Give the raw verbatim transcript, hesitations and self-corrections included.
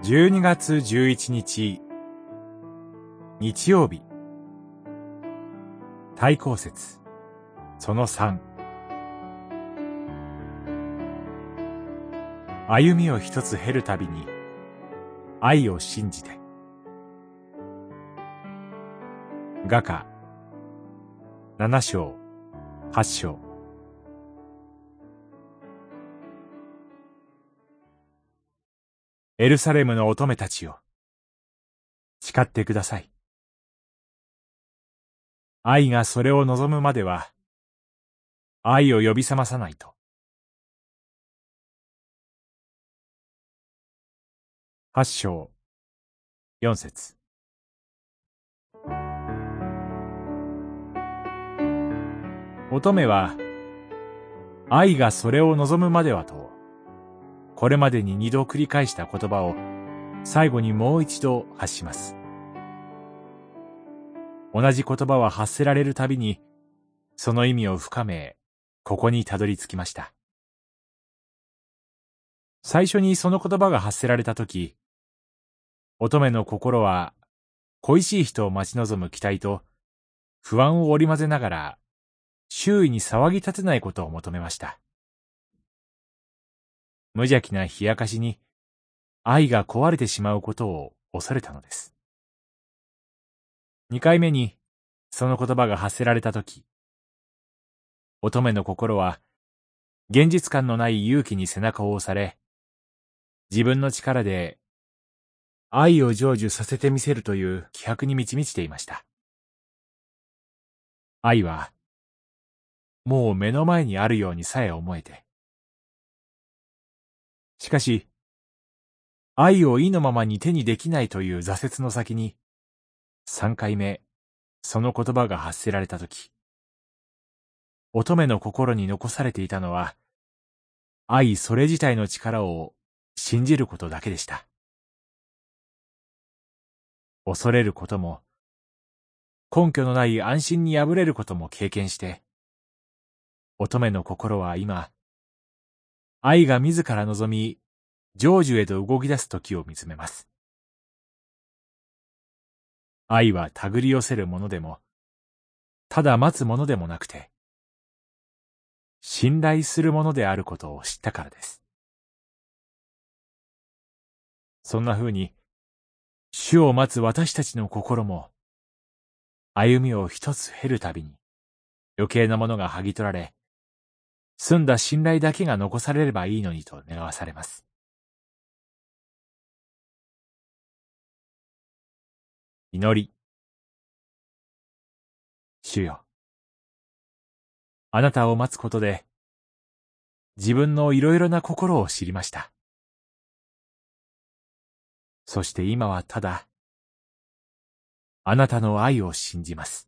じゅうにがつじゅういちにち日曜日、対抗節そのさん、歩みを一つ経るたびに愛を信じて。画家ななしょうはっしょう。エルサレムの乙女たちよ、誓ってください。愛がそれを望むまでは、愛を呼び覚まさないと。八章四節。乙女は、愛がそれを望むまではと、これまでに二度繰り返した言葉を最後にもう一度発します。同じ言葉は発せられるたびに、その意味を深め、ここにたどり着きました。最初にその言葉が発せられたとき、乙女の心は恋しい人を待ち望む期待と不安を織り交ぜながら、周囲に騒ぎ立てないことを求めました。無邪気な冷やかしに愛が壊れてしまうことを恐れたのです。二回目にその言葉が発せられたとき、乙女の心は現実感のない勇気に背中を押され、自分の力で愛を成就させてみせるという気迫に満ち満ちていました。愛はもう目の前にあるようにさえ思えて。しかし、愛を意のままに手にできないという挫折の先に、三回目、その言葉が発せられたとき、乙女の心に残されていたのは、愛それ自体の力を信じることだけでした。恐れることも、根拠のない安心に破れることも経験して、乙女の心は今、愛が自ら望み、成就へと動き出す時を見つめます。愛は手繰り寄せるものでも、ただ待つものでもなくて、信頼するものであることを知ったからです。そんな風に、主を待つ私たちの心も、歩みを一つ経るたびに、余計なものが剥ぎ取られ、澄んだ信頼だけが残されればいいのにと願わされます。祈り。主よ、あなたを待つことで、自分のいろいろな心を知りました。そして今はただ、あなたの愛を信じます。